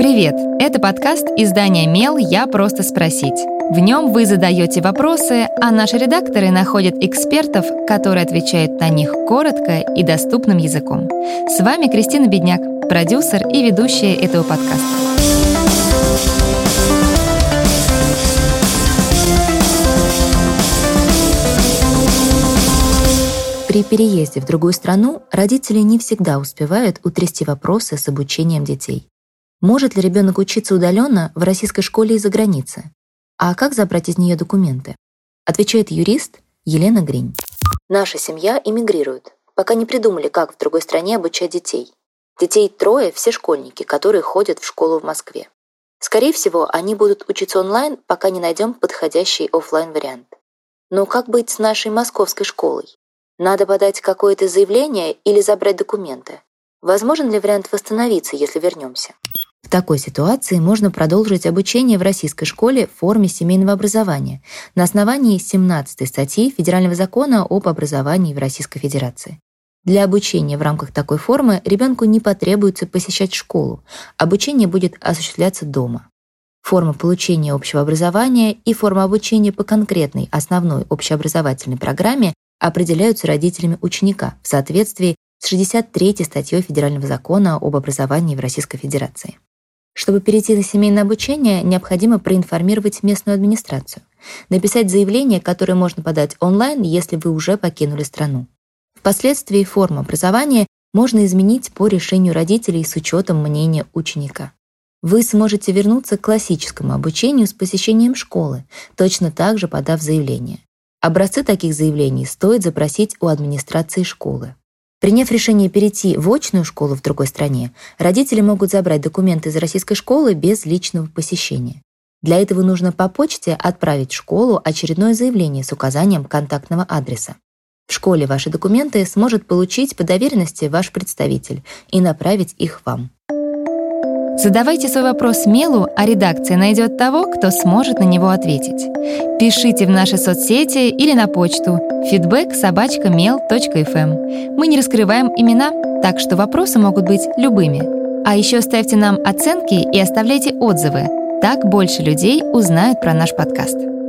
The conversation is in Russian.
Привет! Это подкаст издания «Мел. Я просто спросить». В нем вы задаете вопросы, а наши редакторы находят экспертов, которые отвечают на них коротко и доступным языком. С вами Кристина Бедняк, продюсер и ведущая этого подкаста. При переезде в другую страну родители не всегда успевают утрясти вопросы с обучением детей. Может ли ребенок учиться удаленно в российской школе из-за границы? А как забрать из нее документы? Отвечает юрист Елена Гринь. Наша семья эмигрирует, пока не придумали, как в другой стране обучать детей. Детей 3, все школьники, которые ходят в школу в Москве. Скорее всего, они будут учиться онлайн, пока не найдем подходящий офлайн вариант. Но как быть с нашей московской школой? Надо подать какое-то заявление или забрать документы? Возможен ли вариант восстановиться, если вернемся? В такой ситуации можно продолжить обучение в российской школе в форме семейного образования на основании 17 статьи Федерального закона об образовании в Российской Федерации. Для обучения в рамках такой формы ребенку не потребуется посещать школу, обучение будет осуществляться дома. Форма получения общего образования и форма обучения по конкретной основной общеобразовательной программе определяются родителями ученика в соответствии с 63 статьей Федерального закона об образовании в Российской Федерации. Чтобы перейти на семейное обучение, необходимо проинформировать местную администрацию, написать заявление, которое можно подать онлайн, если вы уже покинули страну. Впоследствии форму образования можно изменить по решению родителей с учетом мнения ученика. Вы сможете вернуться к классическому обучению с посещением школы, точно так же подав заявление. Образцы таких заявлений стоит запросить у администрации школы. Приняв решение перейти в очную школу в другой стране, родители могут забрать документы из российской школы без личного посещения. Для этого нужно по почте отправить в школу очередное заявление с указанием контактного адреса. В школе ваши документы сможет получить по доверенности ваш представитель и направить их вам. Задавайте свой вопрос Мелу, а редакция найдет того, кто сможет на него ответить. Пишите в наши соцсети или на почту feedback@mel.fm. Мы не раскрываем имена, так что вопросы могут быть любыми. А еще ставьте нам оценки и оставляйте отзывы. Так больше людей узнают про наш подкаст.